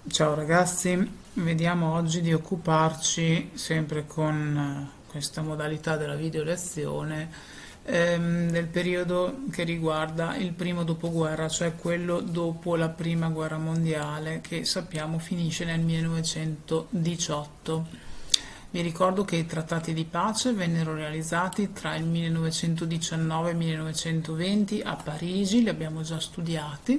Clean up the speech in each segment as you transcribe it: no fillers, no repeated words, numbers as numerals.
Ciao ragazzi, vediamo oggi di occuparci sempre con questa modalità della video lezione del periodo che riguarda il primo dopoguerra, cioè quello dopo la prima guerra mondiale che sappiamo finisce nel 1918. Vi ricordo che i trattati di pace vennero realizzati tra il 1919 e il 1920 a Parigi, li abbiamo già studiati.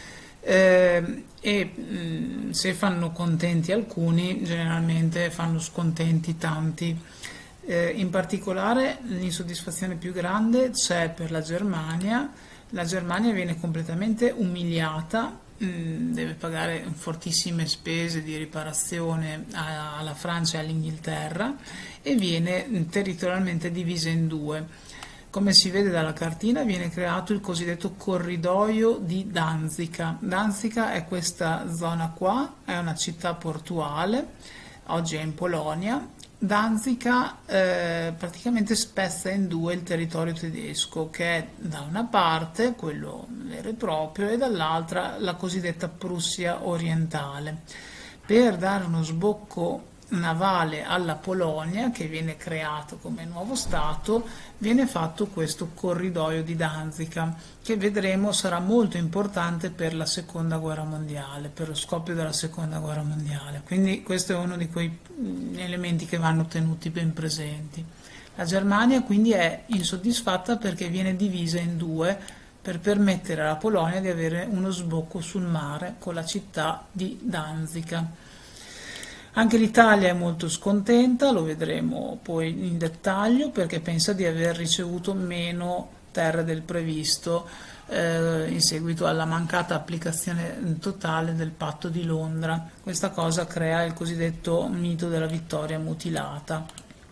Se fanno contenti alcuni, generalmente fanno scontenti tanti. In particolare l'insoddisfazione più grande c'è per la Germania. La Germania viene completamente umiliata, deve pagare fortissime spese di riparazione alla Francia e all'Inghilterra e viene territorialmente divisa in due. Come si vede dalla cartina, viene creato il cosiddetto corridoio di Danzica. Danzica è questa zona qua, è una città portuale, oggi è in Polonia. Danzica praticamente spezza in due il territorio tedesco, che è da una parte quello vero e proprio e dall'altra la cosiddetta Prussia orientale. Per dare uno sbocco navale alla Polonia, che viene creato come nuovo Stato, viene fatto questo corridoio di Danzica, che vedremo sarà molto importante per la seconda guerra mondiale, per lo scoppio della seconda guerra mondiale. Quindi questo è uno di quei elementi che vanno tenuti ben presenti. La Germania quindi è insoddisfatta perché viene divisa in due per permettere alla Polonia di avere uno sbocco sul mare con la città di Danzica. Anche l'Italia è molto scontenta, lo vedremo poi in dettaglio, perché pensa di aver ricevuto meno terre del previsto in seguito alla mancata applicazione totale del patto di Londra. Questa cosa crea il cosiddetto mito della vittoria mutilata.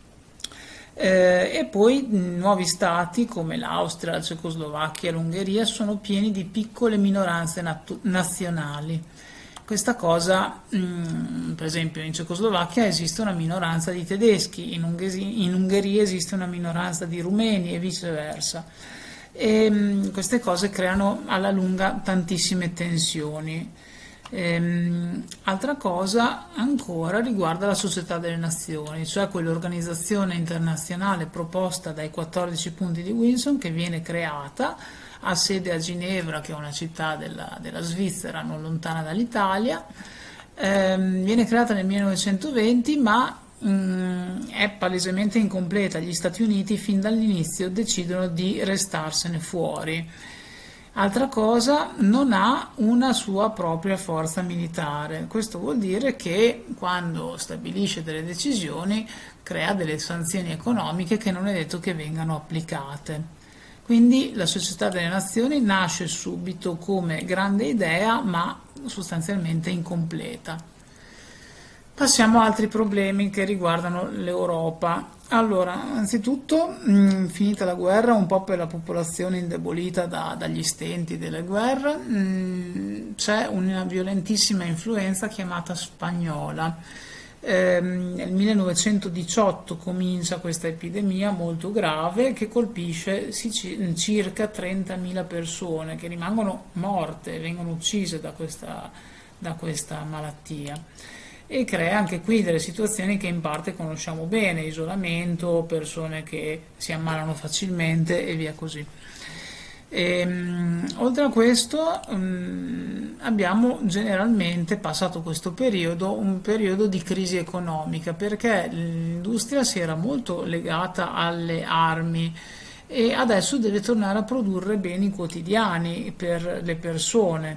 E poi nuovi stati come l'Austria, la Cecoslovacchia e l'Ungheria sono pieni di piccole minoranze nazionali. Questa cosa, per esempio in Cecoslovacchia esiste una minoranza di tedeschi, in Ungheria esiste una minoranza di rumeni e viceversa. Queste cose creano alla lunga tantissime tensioni. Altra cosa ancora riguarda la Società delle Nazioni, cioè quell'organizzazione internazionale proposta dai 14 punti di Wilson, che viene creata, ha sede a Ginevra, che è una città della Svizzera non lontana dall'Italia. Viene creata nel 1920, ma è palesemente incompleta. Gli Stati Uniti fin dall'inizio decidono di restarsene fuori. Altra cosa, non ha una sua propria forza militare. Questo vuol dire che quando stabilisce delle decisioni crea delle sanzioni economiche che non è detto che vengano applicate. Quindi la Società delle Nazioni nasce subito come grande idea, ma sostanzialmente incompleta. Passiamo a altri problemi che riguardano l'Europa. Allora, anzitutto, finita la guerra, un po' per la popolazione indebolita dagli stenti delle guerre, c'è una violentissima influenza chiamata spagnola. Nel 1918 comincia questa epidemia molto grave che colpisce circa 30.000 persone che rimangono morte, vengono uccise da questa malattia e crea anche qui delle situazioni che in parte conosciamo bene: isolamento, persone che si ammalano facilmente e via così. Oltre a questo, abbiamo generalmente passato questo periodo, un periodo di crisi economica, perché l'industria si era molto legata alle armi e adesso deve tornare a produrre beni quotidiani per le persone.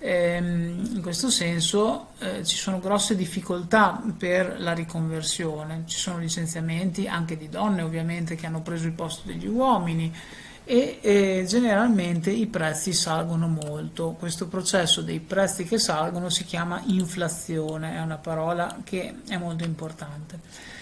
In questo senso ci sono grosse difficoltà per la riconversione, ci sono licenziamenti anche di donne ovviamente che hanno preso il posto degli uomini e generalmente i prezzi salgono molto. Questo processo dei prezzi che salgono si chiama inflazione, è una parola che è molto importante.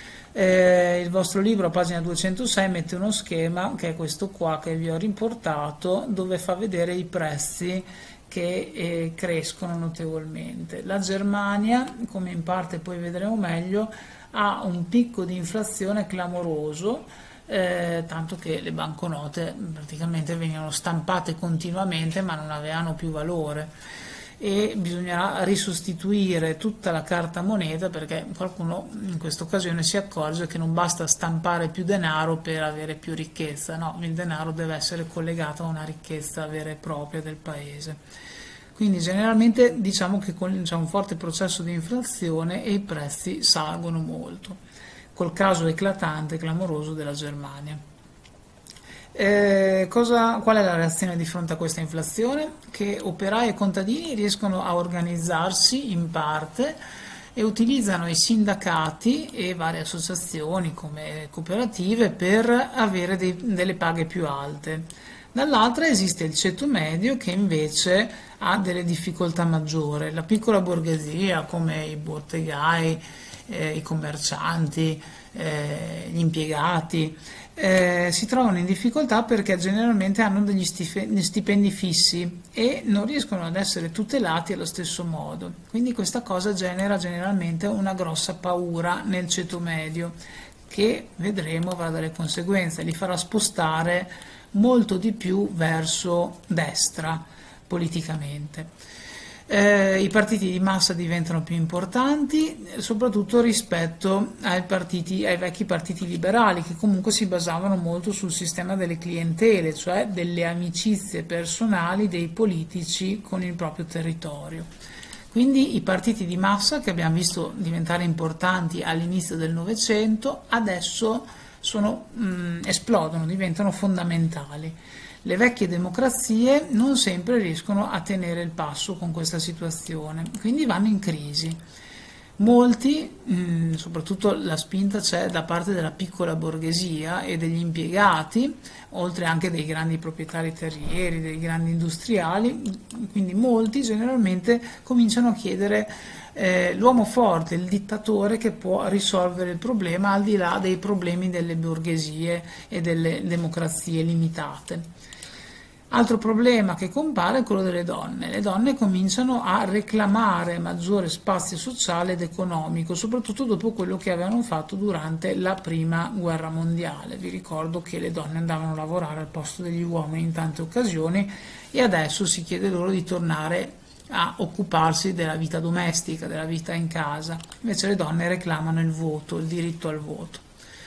Il vostro libro a pagina 206 mette uno schema che è questo qua che vi ho riportato, dove fa vedere i prezzi che crescono notevolmente. La Germania, come in parte poi vedremo meglio, ha un picco di inflazione clamoroso, tanto che le banconote praticamente venivano stampate continuamente ma non avevano più valore. e bisognerà risostituire tutta la carta moneta, perché qualcuno in questa occasione si accorge che non basta stampare più denaro per avere più ricchezza, no, il denaro deve essere collegato a una ricchezza vera e propria del paese. Quindi generalmente diciamo che c'è un forte processo di inflazione e i prezzi salgono molto, col caso eclatante e clamoroso della Germania. Qual è la reazione di fronte a questa inflazione? Che operai e contadini riescono a organizzarsi in parte e utilizzano i sindacati e varie associazioni come cooperative per avere delle paghe più alte. Dall'altra esiste il ceto medio che invece ha delle difficoltà maggiori. La piccola borghesia come i bottegai, i commercianti, gli impiegati, si trovano in difficoltà perché generalmente hanno degli stipendi fissi e non riescono ad essere tutelati allo stesso modo. Quindi questa cosa genera generalmente una grossa paura nel ceto medio, che vedremo avrà delle conseguenze, li farà spostare molto di più verso destra politicamente. I partiti di massa diventano più importanti, soprattutto rispetto ai vecchi partiti liberali, che comunque si basavano molto sul sistema delle clientele, cioè delle amicizie personali dei politici con il proprio territorio. Quindi i partiti di massa, che abbiamo visto diventare importanti all'inizio del Novecento, adesso esplodono, diventano fondamentali. Le vecchie democrazie non sempre riescono a tenere il passo con questa situazione, quindi vanno in crisi. Molti, soprattutto la spinta c'è da parte della piccola borghesia e degli impiegati, oltre anche dei grandi proprietari terrieri, dei grandi industriali, quindi molti generalmente cominciano a chiedere l'uomo forte, il dittatore che può risolvere il problema al di là dei problemi delle borghesie e delle democrazie limitate. Altro problema che compare è quello delle donne. Le donne cominciano a reclamare maggiore spazio sociale ed economico, soprattutto dopo quello che avevano fatto durante la prima guerra mondiale. Vi ricordo che le donne andavano a lavorare al posto degli uomini in tante occasioni e adesso si chiede loro di tornare a occuparsi della vita domestica, della vita in casa. Invece le donne reclamano il voto, il diritto al voto.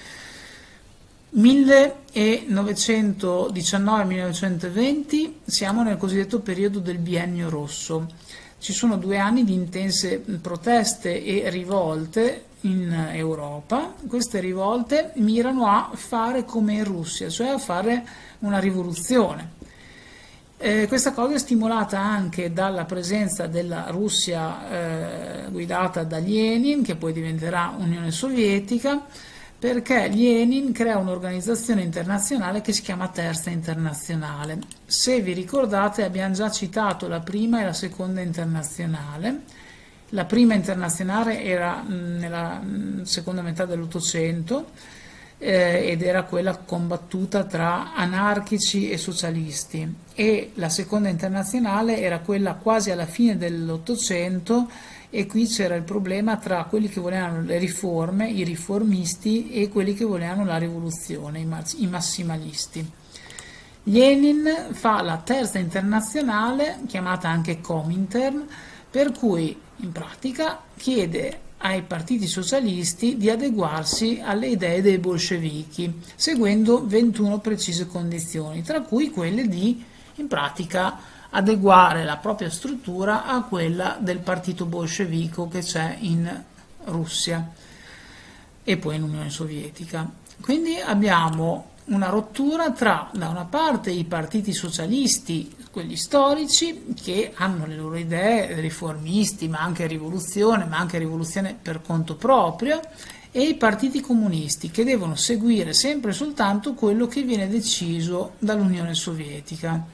1919-1920 siamo nel cosiddetto periodo del biennio rosso. Ci sono 2 anni di intense proteste e rivolte in Europa. Queste rivolte mirano a fare come in Russia, cioè a fare una rivoluzione. Questa cosa è stimolata anche dalla presenza della Russia guidata da Lenin, che poi diventerà Unione Sovietica, perché Lenin crea un'organizzazione internazionale che si chiama Terza Internazionale. Se vi ricordate abbiamo già citato la prima e la seconda internazionale. La prima internazionale era nella seconda metà dell'Ottocento ed era quella combattuta tra anarchici e socialisti, e la seconda internazionale era quella quasi alla fine dell'Ottocento, e qui c'era il problema tra quelli che volevano le riforme, i riformisti, e quelli che volevano la rivoluzione, i massimalisti. Lenin fa la Terza Internazionale, chiamata anche Comintern, per cui in pratica chiede ai partiti socialisti di adeguarsi alle idee dei bolscevichi, seguendo 21 precise condizioni, tra cui quelle di, in pratica, adeguare la propria struttura a quella del partito bolscevico che c'è in Russia e poi in Unione Sovietica. Quindi abbiamo una rottura tra, da una parte, i partiti socialisti, quelli storici, che hanno le loro idee riformisti, ma anche rivoluzione per conto proprio, e i partiti comunisti, che devono seguire sempre e soltanto quello che viene deciso dall'Unione Sovietica.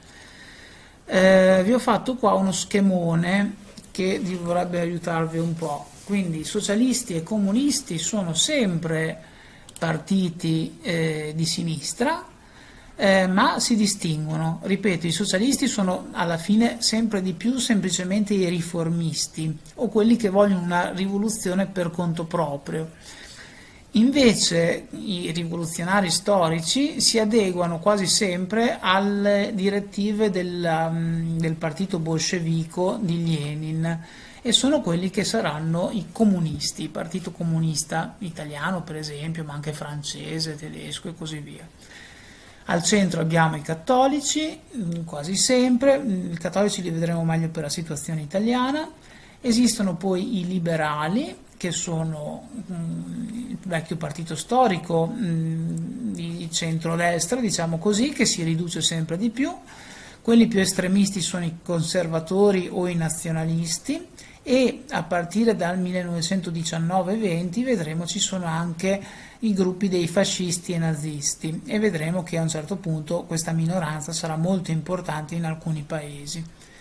Vi ho fatto qua uno schemone che dovrebbe aiutarvi un po'. Quindi socialisti e comunisti sono sempre partiti di sinistra, ma si distinguono. Ripeto, i socialisti sono alla fine sempre di più semplicemente i riformisti o quelli che vogliono una rivoluzione per conto proprio. Invece i rivoluzionari storici si adeguano quasi sempre alle direttive del partito bolscevico di Lenin e sono quelli che saranno i comunisti, il partito comunista italiano per esempio, ma anche francese, tedesco e così via. Al centro abbiamo i cattolici, quasi sempre, i cattolici li vedremo meglio per la situazione italiana. Esistono poi i liberali, che sono il vecchio partito storico di centrodestra, diciamo così, che si riduce sempre di più. Quelli più estremisti sono i conservatori o i nazionalisti e a partire dal 1919-20 vedremo ci sono anche i gruppi dei fascisti e nazisti e vedremo che a un certo punto questa minoranza sarà molto importante in alcuni paesi.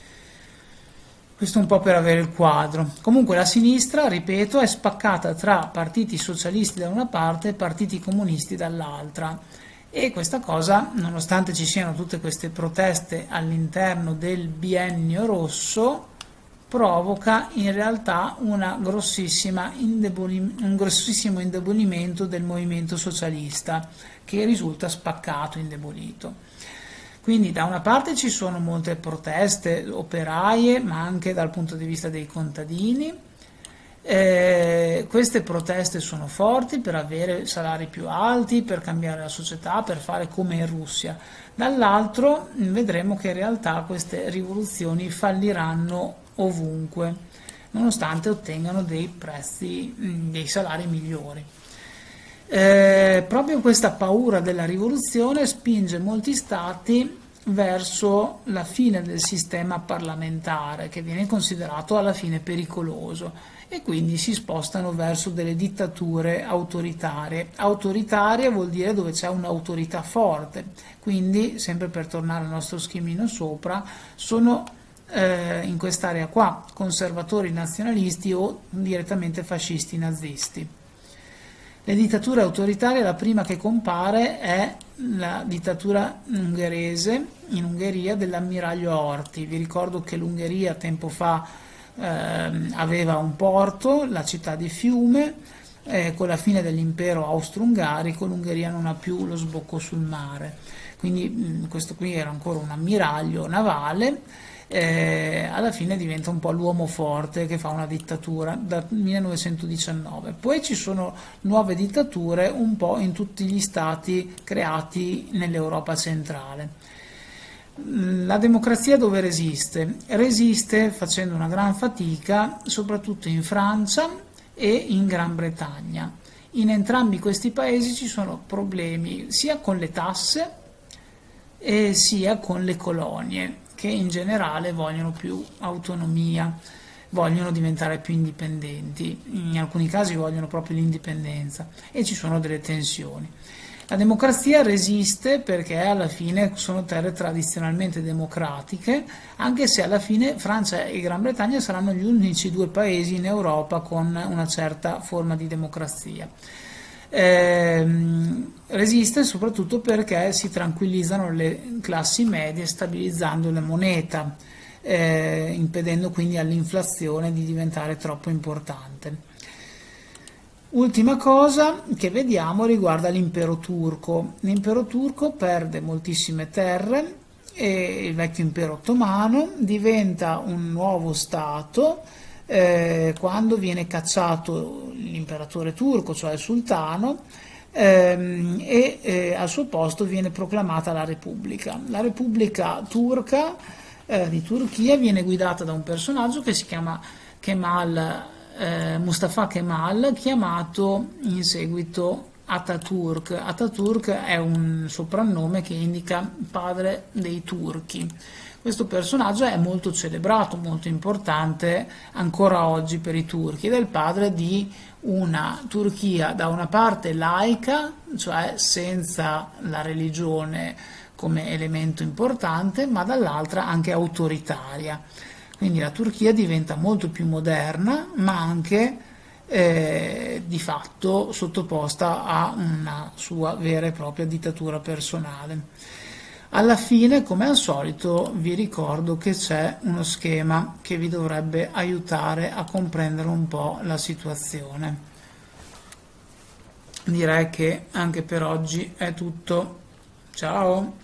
Questo un po' per avere il quadro. Comunque la sinistra, ripeto, è spaccata tra partiti socialisti da una parte e partiti comunisti dall'altra. E questa cosa, nonostante ci siano tutte queste proteste all'interno del biennio rosso, provoca in realtà un grossissimo indebolimento del movimento socialista, che risulta spaccato, indebolito. Quindi da una parte ci sono molte proteste operaie, ma anche dal punto di vista dei contadini. Queste proteste sono forti per avere salari più alti, per cambiare la società, per fare come in Russia. Dall'altro vedremo che in realtà queste rivoluzioni falliranno ovunque, nonostante ottengano dei prezzi, dei salari migliori. Proprio questa paura della rivoluzione spinge molti stati verso la fine del sistema parlamentare, che viene considerato alla fine pericoloso, e quindi si spostano verso delle dittature autoritarie. Autoritaria vuol dire dove c'è un'autorità forte, quindi, sempre per tornare al nostro schemino sopra, sono in quest'area qua conservatori nazionalisti o direttamente fascisti nazisti. Le dittature autoritarie, la prima che compare è la dittatura ungherese, in Ungheria, dell'ammiraglio Horthy. Vi ricordo che l'Ungheria tempo fa aveva un porto, la città di Fiume, con la fine dell'impero austro-ungarico l'Ungheria non ha più lo sbocco sul mare, quindi questo qui era ancora un ammiraglio navale. Alla fine diventa un po' l'uomo forte che fa una dittatura dal 1919. Poi ci sono nuove dittature un po' in tutti gli stati creati nell'Europa centrale. La democrazia dove resiste? Resiste facendo una gran fatica soprattutto in Francia e in Gran Bretagna. In entrambi questi paesi ci sono problemi sia con le tasse sia con le colonie, che in generale vogliono più autonomia, vogliono diventare più indipendenti, in alcuni casi vogliono proprio l'indipendenza e ci sono delle tensioni. La democrazia resiste perché alla fine sono terre tradizionalmente democratiche, anche se alla fine Francia e Gran Bretagna saranno gli unici due paesi in Europa con una certa forma di democrazia. Resiste soprattutto perché si tranquillizzano le classi medie stabilizzando la moneta, impedendo quindi all'inflazione di diventare troppo importante. Ultima cosa che vediamo riguarda l'impero turco. L'impero turco perde moltissime terre e il vecchio impero ottomano diventa un nuovo stato quando viene cacciato l'imperatore turco, cioè il sultano, e al suo posto viene proclamata la Repubblica. La Repubblica turca di Turchia viene guidata da un personaggio che si chiama Mustafa Kemal, chiamato in seguito Ataturk. Ataturk è un soprannome che indica padre dei turchi. Questo personaggio è molto celebrato, molto importante ancora oggi per i turchi ed è il padre di una Turchia da una parte laica, cioè senza la religione come elemento importante, ma dall'altra anche autoritaria. Quindi la Turchia diventa molto più moderna, ma anche di fatto sottoposta a una sua vera e propria dittatura personale. Alla fine, come al solito, vi ricordo che c'è uno schema che vi dovrebbe aiutare a comprendere un po' la situazione. direi che anche per oggi è tutto. Ciao!